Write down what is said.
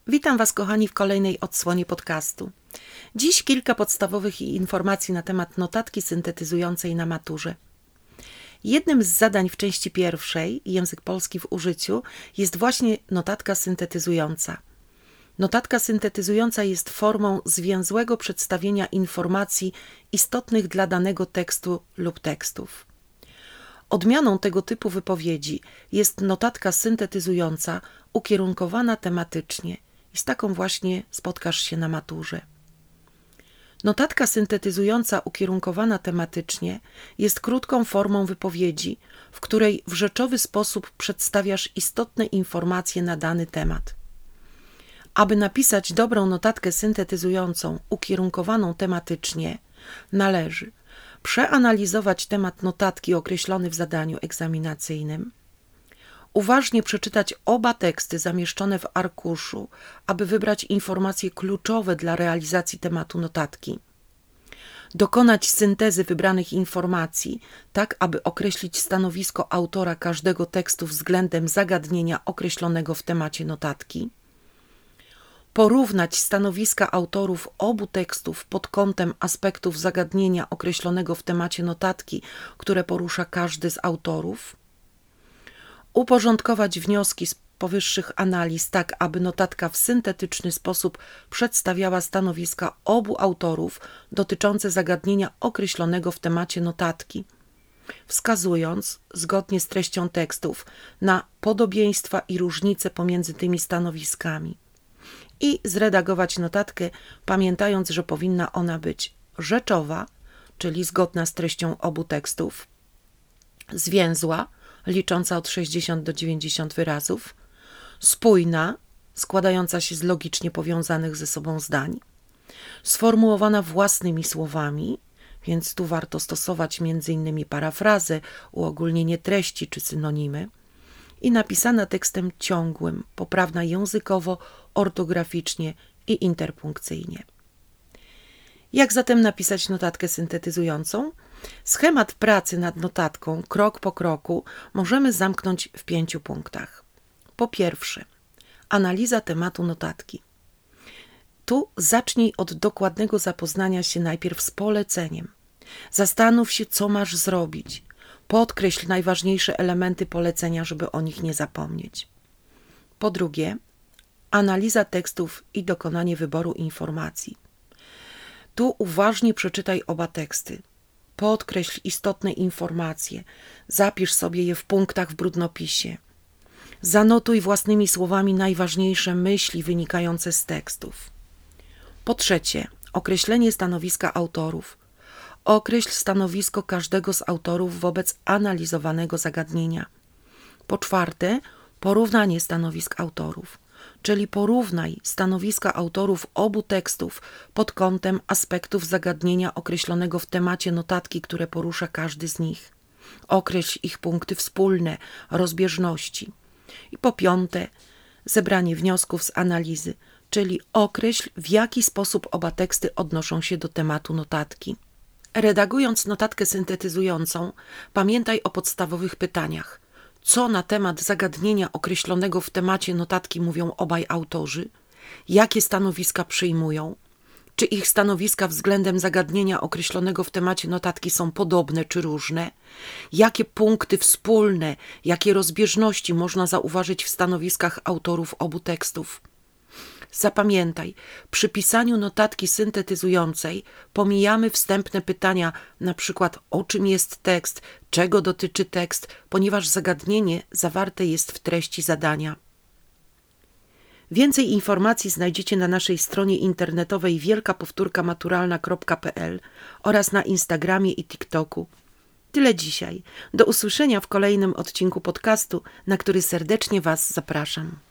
Witam Was, kochani, w kolejnej odsłonie podcastu. Dziś kilka podstawowych informacji na temat notatki syntetyzującej na maturze. Jednym z zadań w części pierwszej, język polski w użyciu, jest właśnie notatka syntetyzująca. Notatka syntetyzująca jest formą zwięzłego przedstawienia informacji istotnych dla danego tekstu lub tekstów. Odmianą tego typu wypowiedzi jest notatka syntetyzująca ukierunkowana tematycznie i z taką właśnie spotkasz się na maturze. Notatka syntetyzująca ukierunkowana tematycznie jest krótką formą wypowiedzi, w której w rzeczowy sposób przedstawiasz istotne informacje na dany temat. Aby napisać dobrą notatkę syntetyzującą ukierunkowaną tematycznie, należy przeanalizować temat notatki określony w zadaniu egzaminacyjnym, uważnie przeczytać oba teksty zamieszczone w arkuszu, aby wybrać informacje kluczowe dla realizacji tematu notatki, dokonać syntezy wybranych informacji, tak aby określić stanowisko autora każdego tekstu względem zagadnienia określonego w temacie notatki, porównać stanowiska autorów obu tekstów pod kątem aspektów zagadnienia określonego w temacie notatki, które porusza każdy z autorów, uporządkować wnioski z powyższych analiz tak, aby notatka w syntetyczny sposób przedstawiała stanowiska obu autorów dotyczące zagadnienia określonego w temacie notatki, wskazując, zgodnie z treścią tekstów, na podobieństwa i różnice pomiędzy tymi stanowiskami. I zredagować notatkę, pamiętając, że powinna ona być rzeczowa, czyli zgodna z treścią obu tekstów, zwięzła, licząca od 60 do 90 wyrazów, spójna, składająca się z logicznie powiązanych ze sobą zdań, sformułowana własnymi słowami, więc tu warto stosować m.in. parafrazę, uogólnienie treści czy synonimy, i napisana tekstem ciągłym, poprawna językowo, ortograficznie i interpunkcyjnie. Jak zatem napisać notatkę syntetyzującą? Schemat pracy nad notatką, krok po kroku, możemy zamknąć w 5 punktach. Po pierwsze, analiza tematu notatki. Tu zacznij od dokładnego zapoznania się najpierw z poleceniem. Zastanów się, co masz zrobić. Podkreśl najważniejsze elementy polecenia, żeby o nich nie zapomnieć. Po drugie, analiza tekstów i dokonanie wyboru informacji. Tu uważnie przeczytaj oba teksty. Podkreśl istotne informacje. Zapisz sobie je w punktach w brudnopisie. Zanotuj własnymi słowami najważniejsze myśli wynikające z tekstów. Po trzecie, określenie stanowiska autorów. Określ stanowisko każdego z autorów wobec analizowanego zagadnienia. Po czwarte, porównanie stanowisk autorów, czyli porównaj stanowiska autorów obu tekstów pod kątem aspektów zagadnienia określonego w temacie notatki, które porusza każdy z nich. Określ ich punkty wspólne, rozbieżności. I po piąte, zebranie wniosków z analizy, czyli określ, w jaki sposób oba teksty odnoszą się do tematu notatki. Redagując notatkę syntetyzującą, pamiętaj o podstawowych pytaniach. Co na temat zagadnienia określonego w temacie notatki mówią obaj autorzy? Jakie stanowiska przyjmują? Czy ich stanowiska względem zagadnienia określonego w temacie notatki są podobne czy różne? Jakie punkty wspólne, jakie rozbieżności można zauważyć w stanowiskach autorów obu tekstów? Zapamiętaj, przy pisaniu notatki syntetyzującej pomijamy wstępne pytania, na przykład o czym jest tekst, czego dotyczy tekst, ponieważ zagadnienie zawarte jest w treści zadania. Więcej informacji znajdziecie na naszej stronie internetowej wielkapowtórkamaturalna.pl oraz na Instagramie i TikToku. Tyle dzisiaj. Do usłyszenia w kolejnym odcinku podcastu, na który serdecznie Was zapraszam.